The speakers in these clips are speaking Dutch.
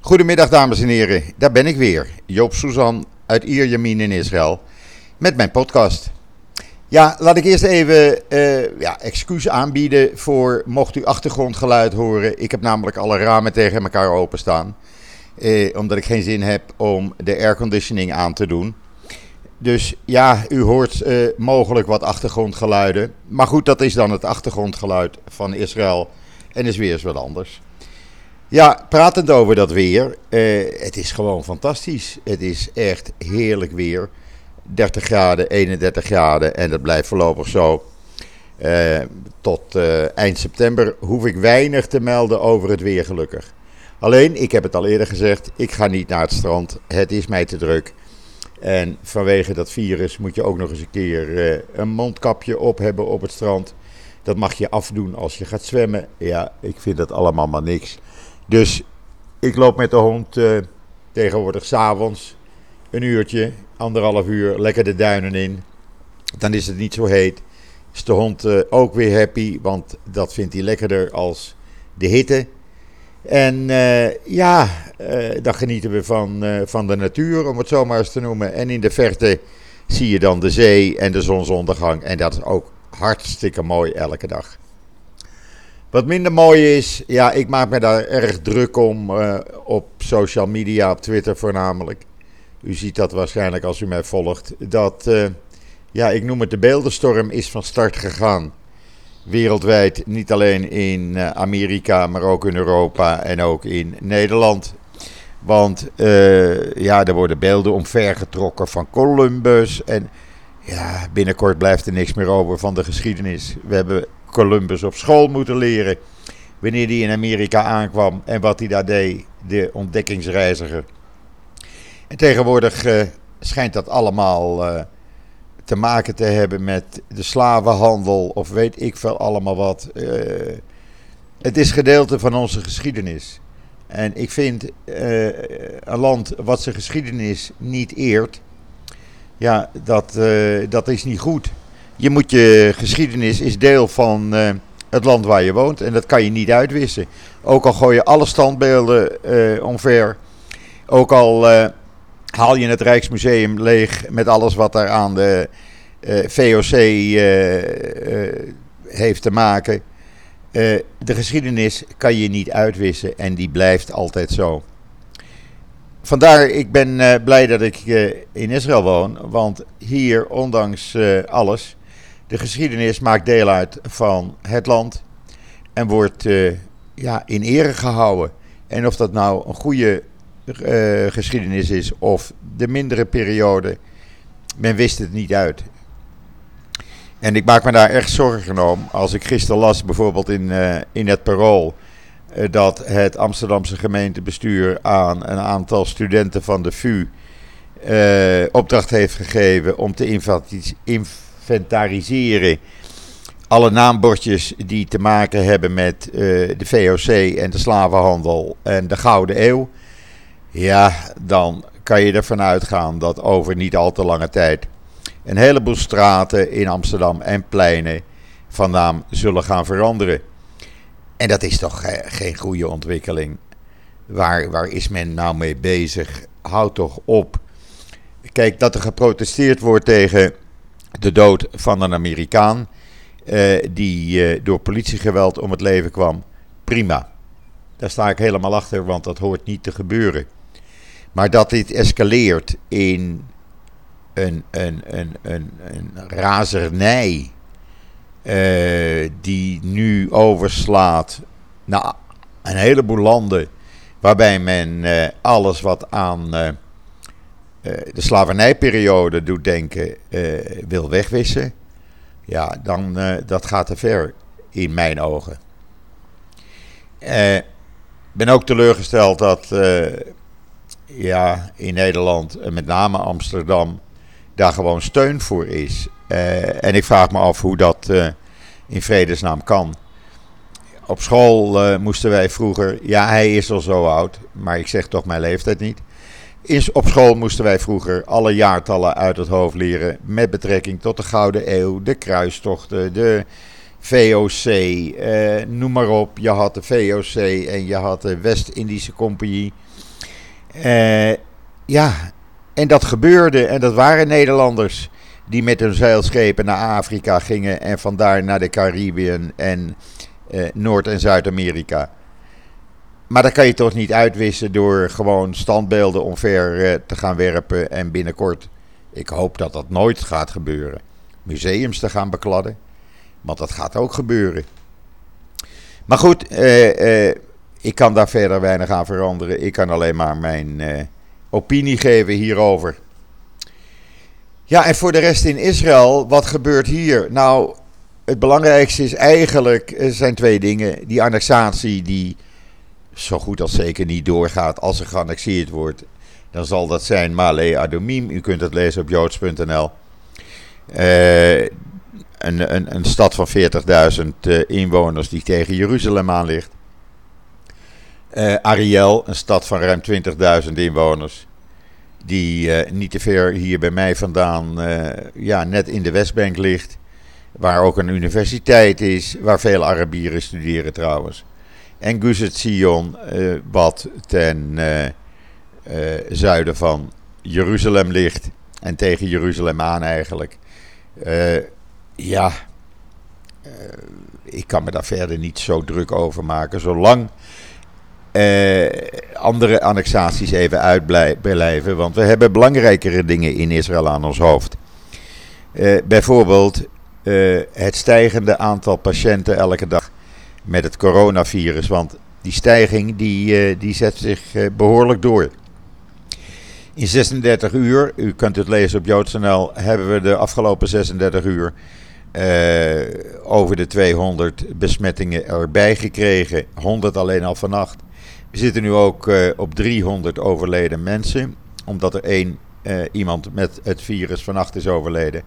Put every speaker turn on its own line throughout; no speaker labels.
Goedemiddag dames en heren, daar ben ik weer, Joop Suzan uit Ierjemien in Israël, met mijn podcast. Ja, laat ik eerst even excuus aanbieden voor mocht u achtergrondgeluid horen. Ik heb namelijk alle ramen tegen elkaar openstaan, omdat ik geen zin heb om de airconditioning aan te doen. Dus ja, u hoort mogelijk wat achtergrondgeluiden, maar goed, dat is dan het achtergrondgeluid van Israël en is weer eens wat anders. Ja, pratend over dat weer, het is gewoon fantastisch. Het is echt heerlijk weer. 30 graden, 31 graden en dat blijft voorlopig zo. Tot eind september hoef ik weinig te melden over het weer gelukkig. Alleen, ik heb het al eerder gezegd, ik ga niet naar het strand. Het is mij te druk. En vanwege dat virus moet je ook nog eens een keer een mondkapje op hebben op het strand. Dat mag je afdoen als je gaat zwemmen. Ja, ik vind dat allemaal maar niks. Dus ik loop met de hond tegenwoordig 's avonds een uurtje, 1,5 uur, lekker de duinen in. Dan is het niet zo heet. Is de hond ook weer happy, want dat vindt hij lekkerder als de hitte. En dan genieten we van de natuur, om het zo maar eens te noemen. En in de verte zie je dan de zee en de zonsondergang. En dat is ook hartstikke mooi elke dag. Wat minder mooi is, ja, ik maak me daar erg druk om op social media, op Twitter voornamelijk. U ziet dat waarschijnlijk als u mij volgt. Dat, ik noem het de beeldenstorm, is van start gegaan. Wereldwijd, niet alleen in Amerika, maar ook in Europa en ook in Nederland. Want er worden beelden omvergetrokken van Columbus. En ja, binnenkort blijft er niks meer over van de geschiedenis. We hebben Columbus op school moeten leren. Wanneer hij in Amerika aankwam en wat hij daar deed, de ontdekkingsreiziger. En tegenwoordig schijnt dat allemaal te maken te hebben met de slavenhandel of weet ik veel allemaal wat. Het is gedeelte van onze geschiedenis. En ik vind een land wat zijn geschiedenis niet eert, ja, dat is niet goed. Je geschiedenis is deel van het land waar je woont en dat kan je niet uitwissen. Ook al gooi je alle standbeelden omver, ook al haal je het Rijksmuseum leeg met alles wat daar aan de VOC heeft te maken. De geschiedenis kan je niet uitwissen en die blijft altijd zo. Vandaar, ik ben blij dat ik in Israël woon, want hier, ondanks alles, de geschiedenis maakt deel uit van het land en wordt in ere gehouden. En of dat nou een goede geschiedenis is of de mindere periode, men wist het niet uit. En ik maak me daar echt zorgen om. Als ik gisteren las bijvoorbeeld in het Parool dat het Amsterdamse gemeentebestuur aan een aantal studenten van de VU opdracht heeft gegeven om te inventariseren alle naambordjes die te maken hebben met de VOC en de slavenhandel en de Gouden Eeuw. Ja, dan kan je ervan uitgaan dat over niet al te lange tijd een heleboel straten in Amsterdam en pleinen van naam zullen gaan veranderen. En dat is toch geen goede ontwikkeling. Waar is men nou mee bezig? Houd toch op. Kijk, dat er geprotesteerd wordt tegen de dood van een Amerikaan die door politiegeweld om het leven kwam. Prima. Daar sta ik helemaal achter, want dat hoort niet te gebeuren. Maar dat dit escaleert in een razernij die nu overslaat naar een heleboel landen, waarbij men alles wat aan de slavernijperiode doet denken wil wegwissen. Ja, dan dat gaat te ver in mijn ogen. Ik ben ook teleurgesteld dat in Nederland en met name Amsterdam daar gewoon steun voor is. En ik vraag me af hoe dat in vredesnaam kan. Op school moesten wij vroeger, ja, hij is al zo oud, maar ik zeg toch mijn leeftijd niet. Op school moesten wij vroeger alle jaartallen uit het hoofd leren met betrekking tot de Gouden Eeuw, de kruistochten, de VOC, noem maar op. Je had de VOC en je had de West-Indische Compagnie. Ja, en dat gebeurde. En dat waren Nederlanders die met hun zeilschepen naar Afrika gingen en vandaar naar de Caribiën en Noord- en Zuid-Amerika. Maar dat kan je toch niet uitwissen door gewoon standbeelden omver te gaan werpen en binnenkort, ik hoop dat dat nooit gaat gebeuren, museums te gaan bekladden. Want dat gaat ook gebeuren. Maar goed, ik kan daar verder weinig aan veranderen. Ik kan alleen maar mijn opinie geven hierover. Ja, en voor de rest in Israël, wat gebeurt hier? Nou, het belangrijkste is eigenlijk, zijn twee dingen. Die annexatie die zo goed als zeker niet doorgaat als er geannexeerd wordt. Dan zal dat zijn Ma'ale Adumim. U kunt het lezen op joods.nl. Een stad van 40.000 inwoners die tegen Jeruzalem aan ligt. Ariel, een stad van ruim 20.000 inwoners. Die niet te ver hier bij mij vandaan, net in de Westbank ligt. Waar ook een universiteit is, waar veel Arabieren studeren trouwens. En Gush Etzion, wat ten zuiden van Jeruzalem ligt. En tegen Jeruzalem aan eigenlijk. Ik kan me daar verder niet zo druk over maken. Zolang andere annexaties even uitblijven. Want we hebben belangrijkere dingen in Israël aan ons hoofd. Bijvoorbeeld het stijgende aantal patiënten elke dag met het coronavirus. Want die stijging die zet zich behoorlijk door. In 36 uur, u kunt het lezen op joods.nl, hebben we de afgelopen 36 uur over de 200 besmettingen erbij gekregen. 100 alleen al vannacht. We zitten nu ook op 300 overleden mensen, omdat er iemand met het virus vannacht is overleden.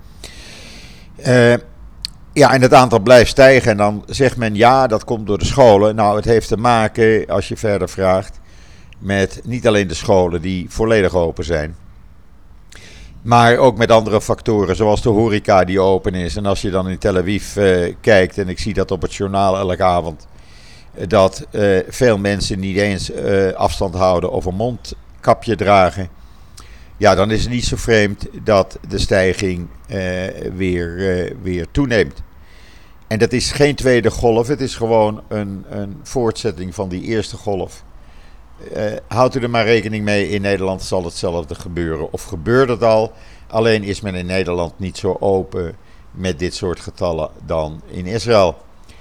En het aantal blijft stijgen en dan zegt men ja, dat komt door de scholen. Nou, het heeft te maken, als je verder vraagt, met niet alleen de scholen die volledig open zijn, maar ook met andere factoren, zoals de horeca die open is. En als je dan in Tel Aviv kijkt, en ik zie dat op het journaal elke avond, dat veel mensen niet eens afstand houden of een mondkapje dragen. Ja, dan is het niet zo vreemd dat de stijging weer toeneemt. En dat is geen tweede golf, het is gewoon een voortzetting van die eerste golf. Houdt u er maar rekening mee, in Nederland zal hetzelfde gebeuren. Of gebeurt het al, alleen is men in Nederland niet zo open met dit soort getallen dan in Israël.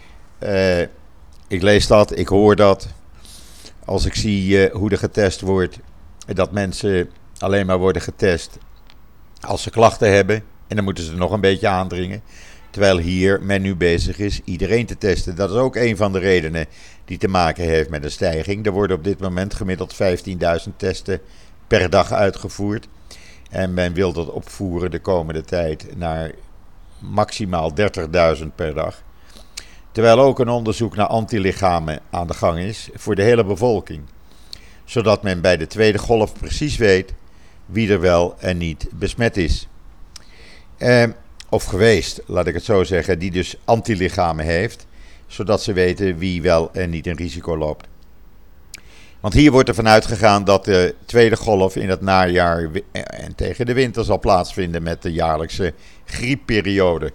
Ik lees dat, ik hoor dat. Als ik zie hoe er getest wordt, dat mensen alleen maar worden getest als ze klachten hebben. En dan moeten ze er nog een beetje aandringen. Terwijl hier men nu bezig is iedereen te testen. Dat is ook een van de redenen die te maken heeft met een stijging. Er worden op dit moment gemiddeld 15.000 testen per dag uitgevoerd. En men wil dat opvoeren de komende tijd naar maximaal 30.000 per dag. Terwijl ook een onderzoek naar antilichamen aan de gang is voor de hele bevolking. Zodat men bij de tweede golf precies weet wie er wel en niet besmet is. Of geweest, laat ik het zo zeggen, die dus antilichamen heeft, zodat ze weten wie wel en niet een risico loopt. Want hier wordt er vanuit gegaan dat de tweede golf in het najaar en tegen de winter zal plaatsvinden met de jaarlijkse griepperiode.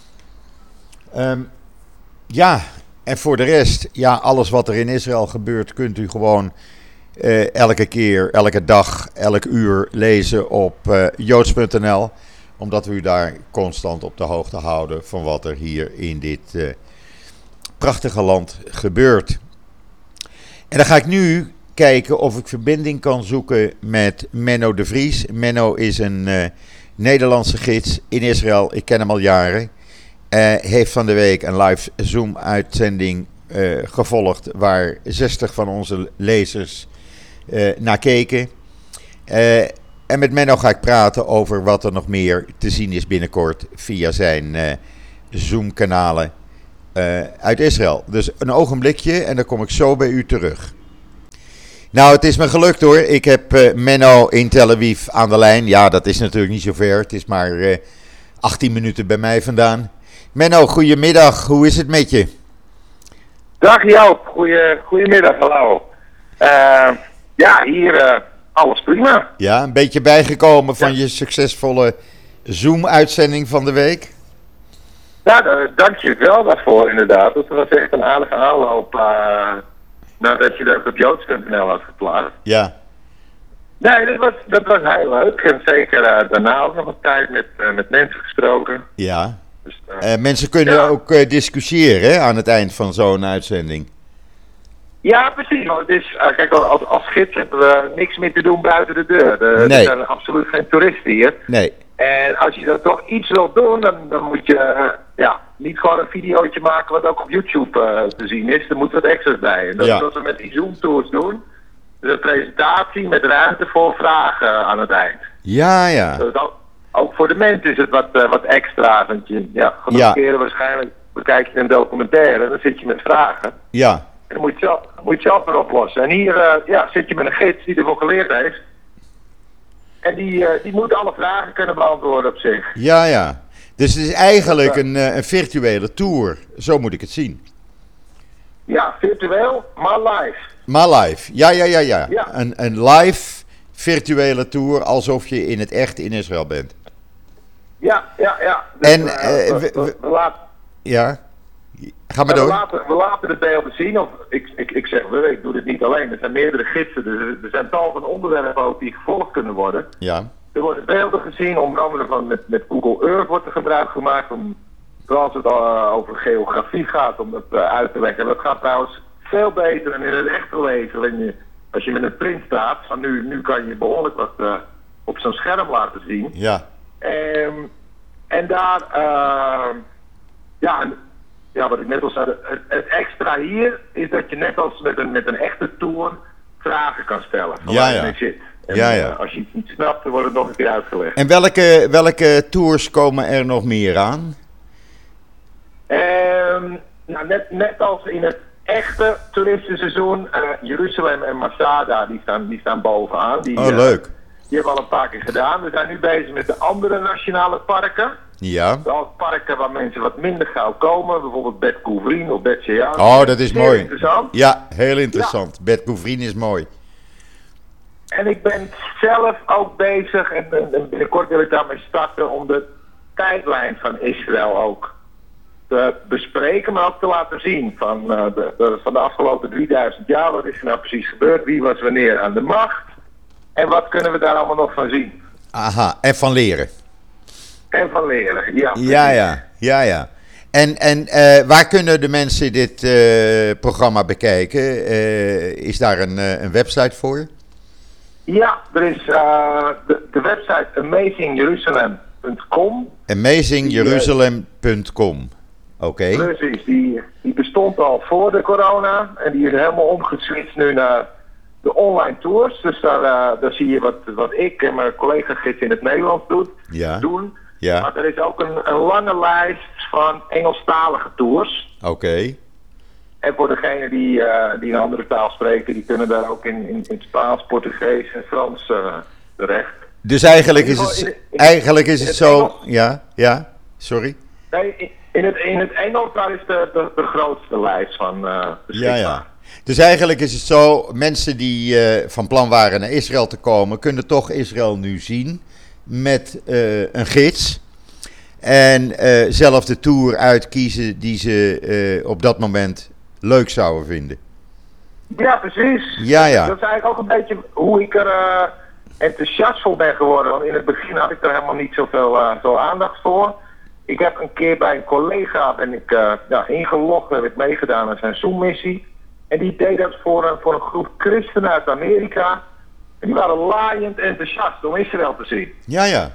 En voor de rest, alles wat er in Israël gebeurt kunt u gewoon elke keer, elke dag, elk uur lezen op joods.nl. Omdat we u daar constant op de hoogte houden van wat er hier in dit prachtige land gebeurt. En dan ga ik nu kijken of ik verbinding kan zoeken met Menno de Vries. Menno is een Nederlandse gids in Israël. Ik ken hem al jaren. Heeft van de week een live Zoom-uitzending gevolgd waar 60 van onze lezers naar keken. En met Menno ga ik praten over wat er nog meer te zien is binnenkort via zijn Zoom-kanalen uit Israël. Dus een ogenblikje en dan kom ik zo bij u terug. Nou, het is me gelukt hoor. Ik heb Menno in Tel Aviv aan de lijn. Ja, dat is natuurlijk niet zo ver. Het is maar 18 minuten bij mij vandaan. Menno, goedemiddag. Hoe is het met je?
Dag Joop, goedemiddag, hallo. Ja, hier alles prima.
Ja, een beetje bijgekomen van je succesvolle Zoom-uitzending van de week?
Nou, dank je wel daarvoor inderdaad. Dat was echt een aardige aanloop nadat je dat op joods.nl had geplaatst.
Ja.
Nee, dat was heel leuk. En zeker daarna ook nog een tijd met mensen gesproken.
Ja.
Dus,
mensen kunnen ook discussiëren hè, aan het eind van zo'n uitzending.
Ja, precies. Want het is, kijk, als gids hebben we niks meer te doen buiten de deur.
Nee.
Er zijn absoluut geen toeristen hier.
Nee.
En als je dat toch iets wilt doen, dan moet je niet gewoon een videootje maken wat ook op YouTube te zien is. Er moet wat extra's bij. En dat is wat we met die Zoom-tours doen. Dus een presentatie met ruimte voor vragen aan het eind.
Ja.
Dus ook voor de mensen is het wat extra. Want genoeg keren waarschijnlijk bekijk je een documentaire en dan zit je met vragen.
Ja.
En dan moet je het zelf weer oplossen. En hier zit je met een gids die ervoor geleerd heeft. En die moet alle vragen kunnen beantwoorden op zich.
Ja. Dus het is eigenlijk een virtuele tour. Zo moet ik het zien.
Ja, virtueel, maar live.
Maar live. Ja.
Ja.
Een live virtuele tour alsof je in het echt in Israël bent.
Ja. Dus,
En ja, ga maar door.
We laten de beelden zien. Of ik zeg we, ik doe dit niet alleen. Er zijn meerdere gidsen. Dus er zijn tal van onderwerpen ook die gevolgd kunnen worden.
Ja.
Er worden beelden gezien, onder andere met Google Earth wordt er gebruik gemaakt. Zoals het over geografie gaat, om dat uit te leggen. Dat gaat trouwens veel beter dan in het echte leven. Als je met een print staat, van nu kan je behoorlijk wat op zo'n scherm laten zien.
Ja.
En daar, wat ik net al zei, het extra hier is dat je net als met een echte tour vragen kan stellen. Van waar je mee zit. En als je iets niet snapt, dan wordt het nog een keer uitgelegd.
En welke tours komen er nog meer aan?
Net als in het echte toeristenseizoen, Jeruzalem en Masada, die staan bovenaan.
Leuk.
Die hebben we al een paar keer gedaan. We zijn nu bezig met de andere nationale parken.
Ja.
Wel parken waar mensen wat minder gauw komen. Bijvoorbeeld Bet Guvrin of Bet Shean.
Oh, dat is mooi.
Interessant.
Ja, heel interessant. Ja. Bet Guvrin is mooi.
En ik ben zelf ook bezig, en binnenkort wil ik daarmee starten, om de tijdlijn van Israël ook te bespreken, maar ook te laten zien. Van de afgelopen 3000 jaar, wat is er nou precies gebeurd? Wie was wanneer aan de macht? En wat kunnen we daar allemaal nog van zien?
Aha, en van leren.
En van leren, ja.
Ja. En waar kunnen de mensen dit programma bekijken? Is daar een website voor?
Ja, er is de website amazingjerusalem.com.
Amazingjerusalem.com. Oké.
Precies, die bestond al voor de corona en die is helemaal omgeswitcht nu naar de online tours. Dus daar zie je wat ik en mijn collega-gids in het Nederlands doen.
Ja.
Maar er is ook een lange lijst van Engelstalige tours.
Oké.
En voor degenen die een andere taal spreken, die kunnen daar ook in Spaans, Portugees en Frans terecht.
Dus eigenlijk is het zo... Ja, sorry.
Nee, in het Engels daar is de grootste lijst van beschikbaar.
Ja. Dus eigenlijk is het zo, mensen die van plan waren naar Israël te komen, kunnen toch Israël nu zien met een gids. En zelf de tour uitkiezen die ze op dat moment leuk zouden vinden.
Ja, precies.
Ja.
Dat is eigenlijk ook een beetje hoe ik er enthousiast voor ben geworden. Want in het begin had ik er helemaal niet zoveel aandacht voor. Ik heb een keer bij een collega ingelogd, heb ik meegedaan aan zijn Zoom-missie. En die deed dat voor een groep christenen uit Amerika. En die waren laaiend enthousiast om Israël te zien.
Ja.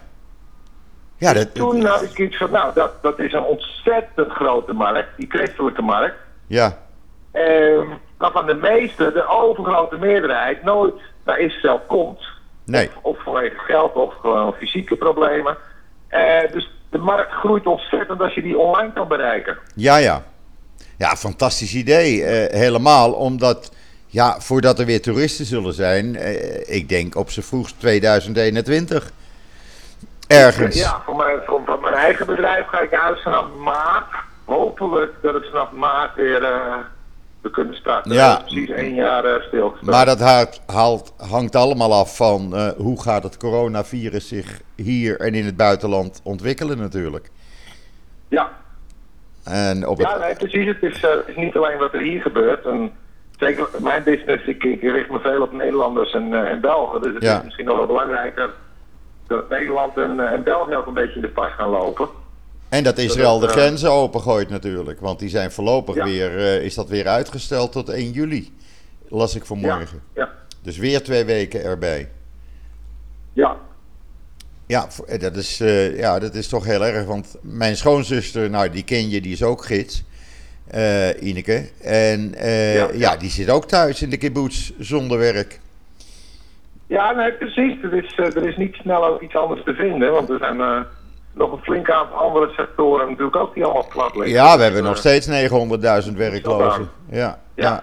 Toen had ik iets van, dat is een ontzettend grote markt, die christelijke markt.
Ja.
Waarvan de meeste, de overgrote meerderheid, nooit naar Israël komt.
Nee.
Of vanwege geld of gewoon fysieke problemen. Dus de markt groeit ontzettend als je die online kan bereiken.
Ja, fantastisch idee. Helemaal omdat, voordat er weer toeristen zullen zijn, ik denk op z'n vroegst 2021. Ergens.
Ja, voor mijn eigen bedrijf ga ik uit vanaf maart. Hopelijk dat het vanaf maart weer we kunnen starten.
Ja.
Precies 1 jaar stilgestaan.
Maar dat hangt allemaal af van hoe gaat het coronavirus zich hier en in het buitenland ontwikkelen natuurlijk.
Ja.
En op
Ja, nee, precies. Het is niet alleen wat er hier gebeurt. En zeker mijn business, ik richt me veel op Nederlanders en Belgen. Dus het is misschien nog wel belangrijker dat Nederland en België ook een beetje in de pas gaan lopen.
En dat Israël de grenzen opengooit natuurlijk. Want die zijn voorlopig is dat weer uitgesteld tot 1 juli. Las ik vanmorgen.
Ja.
Dus weer 2 weken erbij.
Ja.
Ja, dat is toch heel erg. Want mijn schoonzuster, nou die ken je, die is ook gids. Ineke. En die zit ook thuis in de kibbutz zonder werk.
Ja, nee, precies. Er is niet snel ook iets anders te vinden. Want er zijn nog een flink aantal andere sectoren natuurlijk ook die allemaal plat liggen.
Ja, we hebben nog steeds 900.000 werklozen. Ja.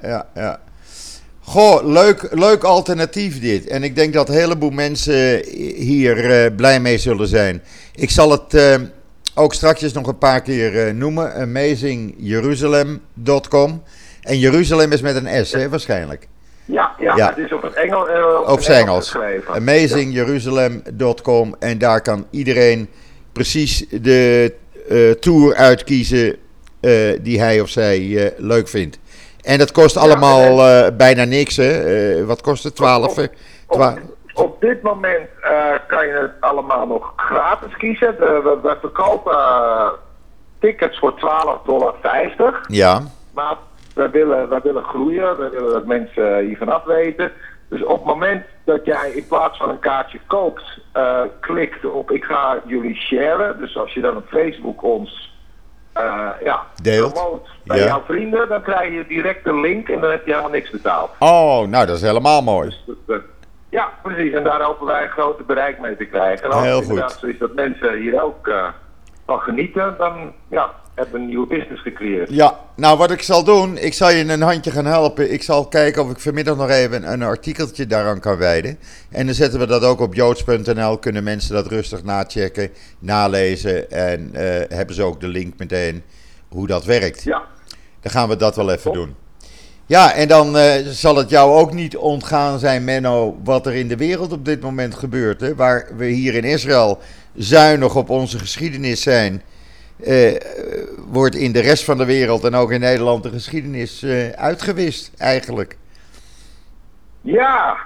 Goh, leuk alternatief dit. En ik denk dat een heleboel mensen hier blij mee zullen zijn. Ik zal het ook straks nog een paar keer noemen. AmazingJerusalem.com. En Jeruzalem is met een S, hè, waarschijnlijk.
Ja, het is op het Engels.
Op zijn Engels.
Geschreven.
AmazingJerusalem.com. En daar kan iedereen precies de tour uitkiezen die hij of zij leuk vindt. En dat kost allemaal bijna niks, hè? Wat kost het? 12?
Op dit moment kan je het allemaal nog gratis kiezen. We verkopen tickets voor $12,50.
Ja.
Maar wij willen groeien. We willen dat mensen hiervan afweten. Dus op het moment dat jij in plaats van een kaartje koopt, klikt op ik ga jullie sharen. Dus als je dan op Facebook ons
deelt
promoot bij jouw vrienden, dan krijg je direct de link en dan heb je helemaal niks betaald.
Oh, nou dat is helemaal mooi.
Dus ja, precies. En daar hopen wij een groter bereik mee te krijgen. En als het inderdaad zo is dat mensen hier ook van genieten, dan hebben we een nieuwe business gecreëerd.
Ja, nou wat ik zal doen, ik zal je een handje gaan helpen. Ik zal kijken of ik vanmiddag nog even een artikeltje daaraan kan wijden. En dan zetten we dat ook op joods.nl. Kunnen mensen dat rustig nachecken, nalezen. En hebben ze ook de link meteen hoe dat werkt.
Ja.
Dan gaan we dat wel even doen. Ja, en dan zal het jou ook niet ontgaan zijn, Menno, wat er in de wereld op dit moment gebeurt. Hè? Waar we hier in Israël zuinig op onze geschiedenis zijn, wordt in de rest van de wereld en ook in Nederland de geschiedenis uitgewist, eigenlijk.
Ja.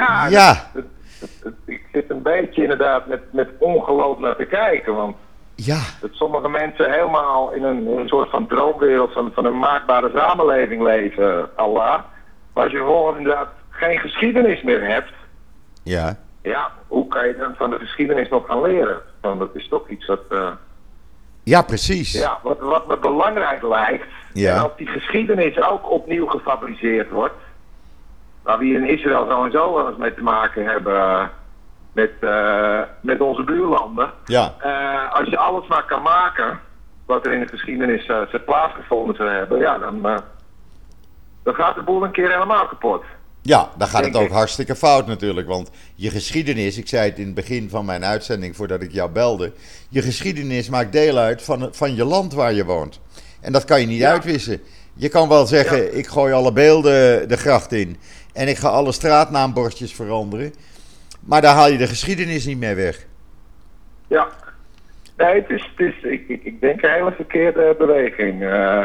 Ik zit een beetje inderdaad met ongeloof naar te kijken, want dat sommige mensen helemaal in een soort van droomwereld van een maakbare samenleving leven, Allah. Maar als je gewoon inderdaad geen geschiedenis meer hebt, hoe kan je dan van de geschiedenis nog gaan leren? Want dat is toch iets wat...
Ja, precies.
Ja, wat me belangrijk lijkt, en als die geschiedenis ook opnieuw gefabriceerd wordt, waar we hier in Israël sowieso wel eens mee te maken hebben met onze buurlanden.
Ja.
Als je alles maar kan maken wat er in de geschiedenis plaatsgevonden zou hebben, dan gaat de boel een keer helemaal kapot.
Ja, dan gaat het ook hartstikke fout natuurlijk, want je geschiedenis, ik zei het in het begin van mijn uitzending voordat ik jou belde, je geschiedenis maakt deel uit van je land waar je woont. En dat kan je niet uitwissen. Je kan wel zeggen, ik gooi alle beelden de gracht in en ik ga alle straatnaambordjes veranderen, maar daar haal je de geschiedenis niet meer weg.
Ja, nee, ik denk een hele verkeerde beweging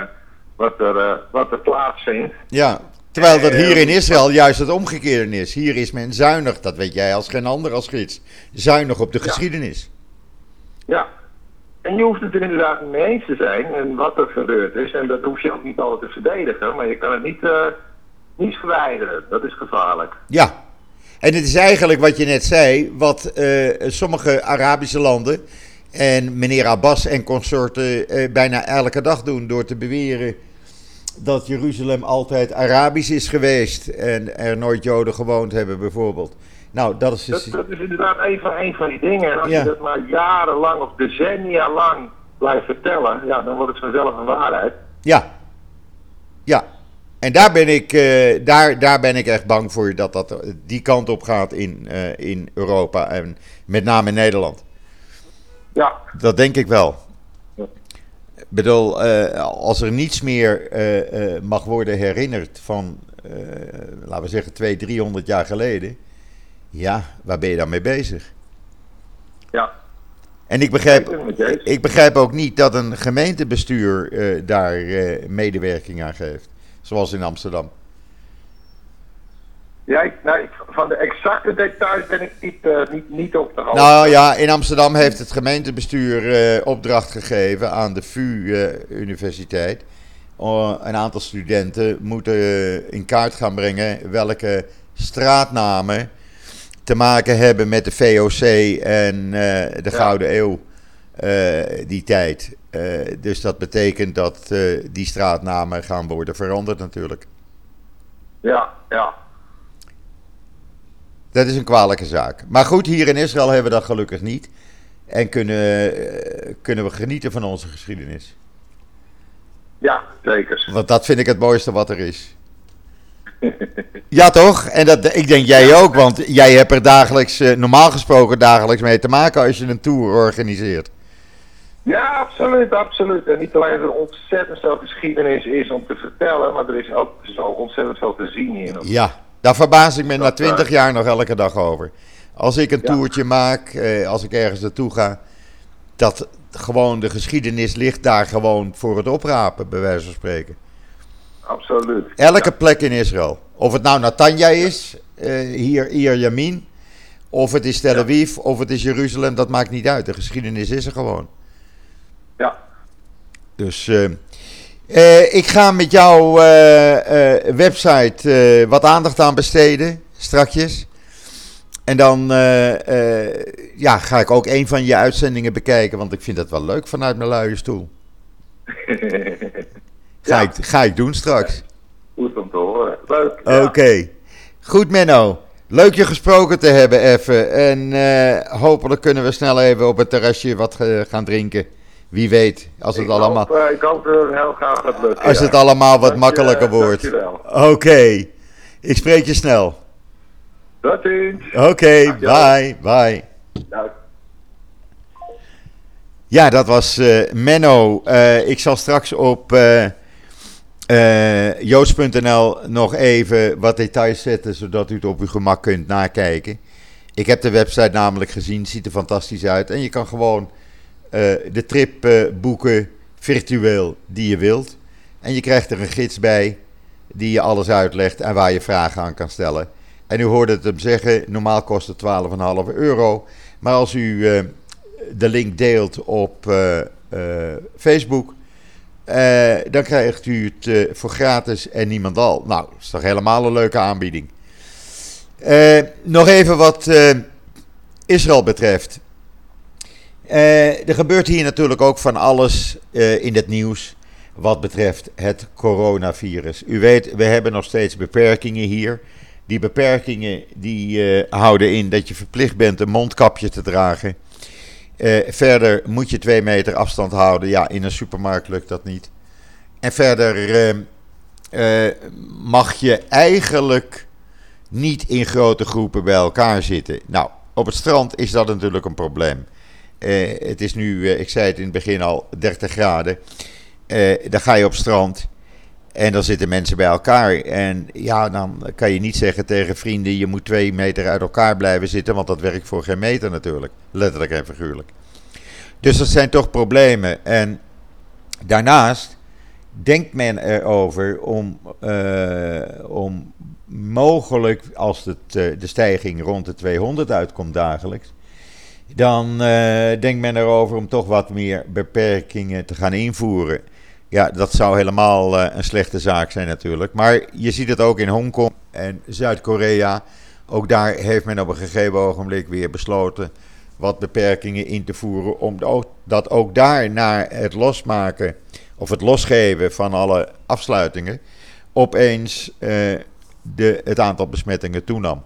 wat er plaatsvindt.
Ja. Terwijl dat hier in Israël juist het omgekeerde is. Hier is men zuinig, dat weet jij als geen ander als gids, zuinig op de geschiedenis.
Ja, en je hoeft het er inderdaad niet mee eens te zijn en wat er gebeurd is. En dat hoef je ook niet altijd te verdedigen, maar je kan het niet verwijderen. Dat is gevaarlijk.
Ja, en het is eigenlijk wat je net zei, wat sommige Arabische landen en meneer Abbas en consorten bijna elke dag doen door te beweren dat Jeruzalem altijd Arabisch is geweest en er nooit Joden gewoond hebben bijvoorbeeld. Nou, dat is
dat is inderdaad een van die dingen. En als je dat maar jarenlang of decennia lang blijft vertellen, dan wordt het vanzelf een waarheid.
Ja. En daar ben ik echt bang voor dat die kant op gaat in Europa en met name in Nederland.
Ja.
Dat denk ik wel.
Ja.
Ik bedoel, als er niets meer mag worden herinnerd van, laten we zeggen, 200, 300 jaar geleden. Ja, waar ben je dan mee bezig?
Ja.
En ik begrijp ook niet dat een gemeentebestuur daar medewerking aan geeft. Zoals in Amsterdam.
Ja, van de exacte details ben ik niet op de hoogte.
Nou ja, in Amsterdam heeft het gemeentebestuur opdracht gegeven aan de VU-universiteit. Een aantal studenten moeten in kaart gaan brengen welke straatnamen te maken hebben met de VOC en de Gouden Eeuw die tijd. Dus dat betekent dat die straatnamen gaan worden veranderd natuurlijk.
Ja, ja.
Dat is een kwalijke zaak. Maar goed, hier in Israël hebben we dat gelukkig niet. En kunnen we genieten van onze geschiedenis.
Ja, zeker.
Want dat vind ik het mooiste wat er is. Ja, toch? En ik denk jij ook, want jij hebt er dagelijks, normaal gesproken dagelijks mee te maken als je een tour organiseert.
Ja, absoluut, absoluut. En niet alleen dat er ontzettend veel geschiedenis is om te vertellen, maar er is ook zo ontzettend veel te zien hier nog.
Ja, daar verbaas ik me na 20 jaar nog elke dag over. Als ik een toertje maak, als ik ergens naartoe ga, dat gewoon de geschiedenis ligt daar gewoon voor het oprapen, bij wijze van spreken.
Absoluut.
Elke plek in Israël. Of het nou Natanja is, hier Ierjemien, of het is Tel Aviv, of het is Jeruzalem, dat maakt niet uit. De geschiedenis is er gewoon.
Ja.
Dus ik ga met jouw website wat aandacht aan besteden, strakjes. En dan ga ik ook een van je uitzendingen bekijken, want ik vind dat wel leuk vanuit mijn luie stoel. Ga ik doen straks.
Goed om te horen. Leuk.
Oké. Goed, Menno. Leuk je gesproken te hebben even. En hopelijk kunnen we snel even op het terrasje wat gaan drinken. Wie weet, als het allemaal...
Ik hoop dat het heel graag gaat lukken.
Als het allemaal wat makkelijker wordt. Oké. Ik spreek je snel.
Tot ziens.
Oké, bye. Bye. Ja, dat was Menno. Ik zal straks op joost.nl nog even wat details zetten, zodat u het op uw gemak kunt nakijken. Ik heb de website namelijk gezien, ziet er fantastisch uit. En je kan gewoon de trip boeken, virtueel, die je wilt. En je krijgt er een gids bij, die je alles uitlegt en waar je vragen aan kan stellen. En u hoorde het hem zeggen, normaal kost het €12,5. Maar als u de link deelt op Facebook, dan krijgt u het voor gratis en niemandal. Nou, dat is toch helemaal een leuke aanbieding. Nog even wat Israël betreft. Er gebeurt hier natuurlijk ook van alles in het nieuws wat betreft het coronavirus. U weet, we hebben nog steeds beperkingen hier. Die beperkingen die houden in dat je verplicht bent een mondkapje te dragen. Verder moet je 2 meter afstand houden. Ja, in een supermarkt lukt dat niet. En verder mag je eigenlijk niet in grote groepen bij elkaar zitten. Nou, op het strand is dat natuurlijk een probleem. Het is nu, ik zei het in het begin al, 30 graden. Dan ga je op strand en dan zitten mensen bij elkaar. En ja, dan kan je niet zeggen tegen vrienden, je moet 2 meter uit elkaar blijven zitten, want dat werkt voor geen meter natuurlijk. Letterlijk en figuurlijk. Dus dat zijn toch problemen. En daarnaast denkt men erover om mogelijk, als de stijging rond de 200 uitkomt dagelijks, dan denkt men erover om toch wat meer beperkingen te gaan invoeren. Ja, dat zou helemaal een slechte zaak zijn natuurlijk. Maar je ziet het ook in Hongkong en Zuid-Korea. Ook daar heeft men op een gegeven ogenblik weer besloten wat beperkingen in te voeren. Omdat ook daar na het losmaken of het losgeven van alle afsluitingen opeens het aantal besmettingen toenam.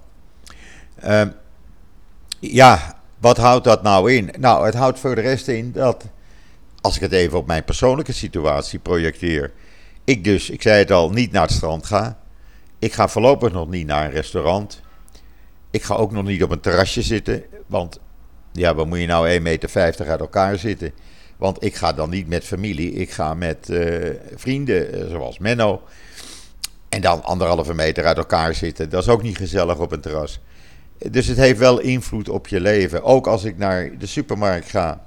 Wat houdt dat nou in? Nou, het houdt voor de rest in dat, als ik het even op mijn persoonlijke situatie projecteer, ik zei het al, niet naar het strand ga. Ik ga voorlopig nog niet naar een restaurant. Ik ga ook nog niet op een terrasje zitten, want Ja, wat moet je nou 1,50 meter uit elkaar zitten? Want ik ga dan niet met familie, ik ga met vrienden, zoals Menno. En dan 1,5 meter uit elkaar zitten, dat is ook niet gezellig op een terras. Dus het heeft wel invloed op je leven. Ook als ik naar de supermarkt ga.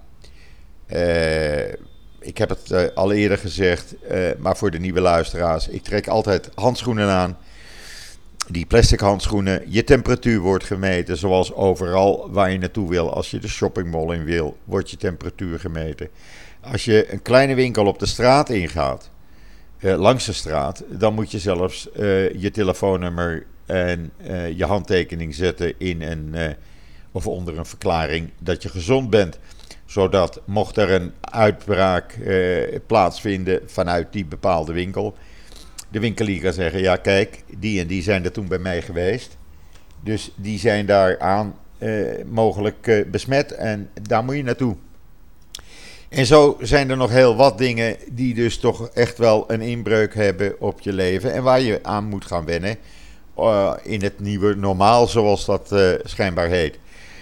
Ik heb het al eerder gezegd, maar voor de nieuwe luisteraars. Ik trek altijd handschoenen aan. Die plastic handschoenen. Je temperatuur wordt gemeten, zoals overal waar je naartoe wil. Als je de shoppingmall in wil, wordt je temperatuur gemeten. Als je een kleine winkel op de straat ingaat, langs de straat, dan moet je zelfs je telefoonnummer en je handtekening zetten in of onder een verklaring dat je gezond bent. Zodat mocht er een uitbraak plaatsvinden vanuit die bepaalde winkel, de winkelier kan zeggen, ja kijk, die en die zijn er toen bij mij geweest. Dus die zijn daaraan mogelijk besmet en daar moet je naartoe. En zo zijn er nog heel wat dingen die dus toch echt wel een inbreuk hebben op je leven. En waar je aan moet gaan wennen in het nieuwe normaal, zoals dat schijnbaar heet.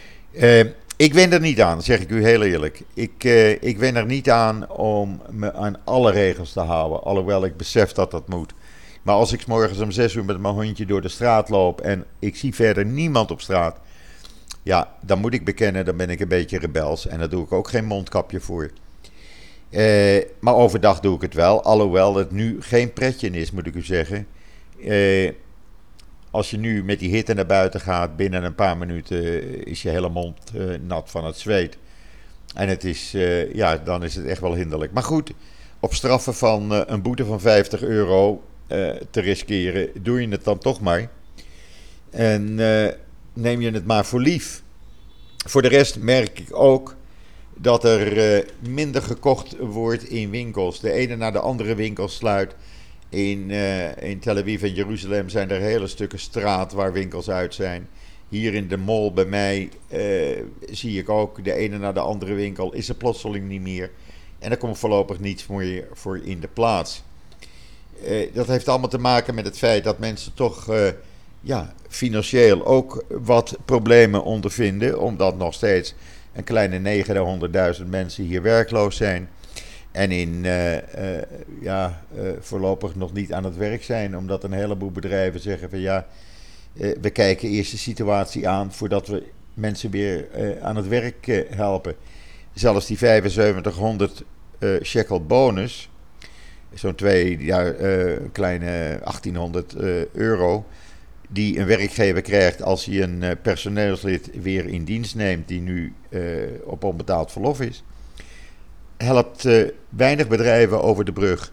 Ik wen er niet aan, zeg ik u heel eerlijk. Ik wen er niet aan om me aan alle regels te houden, alhoewel ik besef dat dat moet. Maar als ik 's morgens om 6 uur met mijn hondje door de straat loop en ik zie verder niemand op straat, ja, dan moet ik bekennen, dan ben ik een beetje rebels en daar doe ik ook geen mondkapje voor. Maar overdag doe ik het wel, alhoewel het nu geen pretje is, moet ik u zeggen. Als je nu met die hitte naar buiten gaat, binnen een paar minuten is je hele mond nat van het zweet. En het is, dan is het echt wel hinderlijk. Maar goed, op straffen van een boete van €50 te riskeren, doe je het dan toch maar. En neem je het maar voor lief. Voor de rest merk ik ook dat er minder gekocht wordt in winkels. De ene na de andere winkel sluit. In Tel Aviv en Jeruzalem zijn er hele stukken straat waar winkels uit zijn. Hier in de mall bij mij zie ik ook de ene na de andere winkel is er plotseling niet meer. En er komt voorlopig niets meer voor in de plaats. Dat heeft allemaal te maken met het feit dat mensen toch financieel ook wat problemen ondervinden. Omdat nog steeds een kleine 900.000 mensen hier werkloos zijn. En voorlopig nog niet aan het werk zijn. Omdat een heleboel bedrijven zeggen van we kijken eerst de situatie aan voordat we mensen weer aan het werk helpen. Zelfs die 7500 shekel bonus, zo'n kleine 1800 euro, die een werkgever krijgt als hij een personeelslid weer in dienst neemt die nu op onbetaald verlof is, helpt weinig bedrijven over de brug.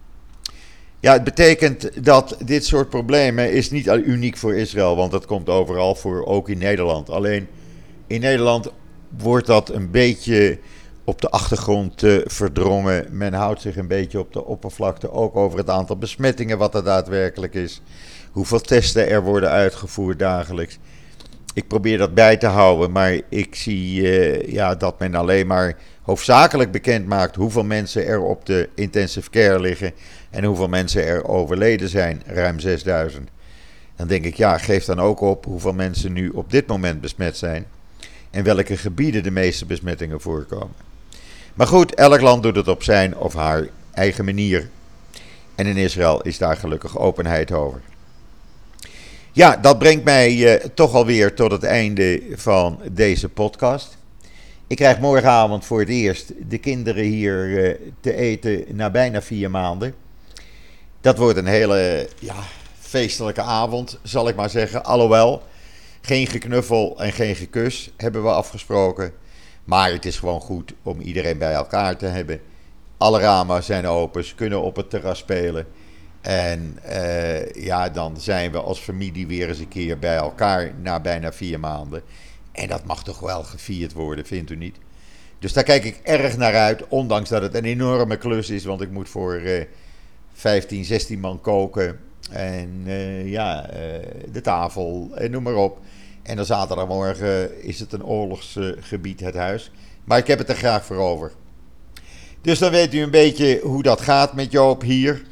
Ja, het betekent dat dit soort problemen is niet uniek voor Israël, want dat komt overal voor, ook in Nederland. Alleen in Nederland wordt dat een beetje op de achtergrond verdrongen. Men houdt zich een beetje op de oppervlakte, ook over het aantal besmettingen wat er daadwerkelijk is. Hoeveel testen er worden uitgevoerd dagelijks. Ik probeer dat bij te houden, maar ik zie dat men alleen maar hoofdzakelijk bekend maakt hoeveel mensen er op de intensive care liggen en hoeveel mensen er overleden zijn, ruim 6000. Dan denk ik, geef dan ook op hoeveel mensen nu op dit moment besmet zijn en welke gebieden de meeste besmettingen voorkomen. Maar goed, elk land doet het op zijn of haar eigen manier. En in Israël is daar gelukkig openheid over. Ja, dat brengt mij toch alweer tot het einde van deze podcast. Ik krijg morgenavond voor het eerst de kinderen hier te eten na bijna 4 maanden. Dat wordt een hele feestelijke avond, zal ik maar zeggen. Alhoewel, geen geknuffel en geen gekus hebben we afgesproken. Maar het is gewoon goed om iedereen bij elkaar te hebben. Alle ramen zijn open, ze kunnen op het terras spelen. En dan zijn we als familie weer eens een keer bij elkaar na bijna 4 maanden. En dat mag toch wel gevierd worden, vindt u niet? Dus daar kijk ik erg naar uit, ondanks dat het een enorme klus is. Want ik moet voor 15, 16 man koken. En de tafel en noem maar op. En dan zaterdagmorgen is het een oorlogsgebied, het huis. Maar ik heb het er graag voor over. Dus dan weet u een beetje hoe dat gaat met Joop hier.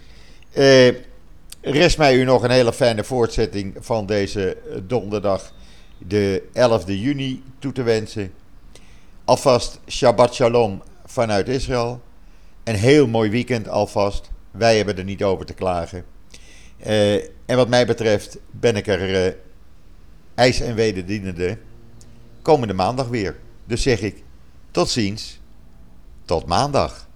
Rest mij u nog een hele fijne voortzetting van deze donderdag, de 11e juni, toe te wensen. alvast Shabbat Shalom vanuit Israël. Een heel mooi weekend alvast. Wij hebben er niet over te klagen. En wat mij betreft ben ik er ijs en wederdienende komende maandag weer. Dus zeg ik, tot ziens, tot maandag.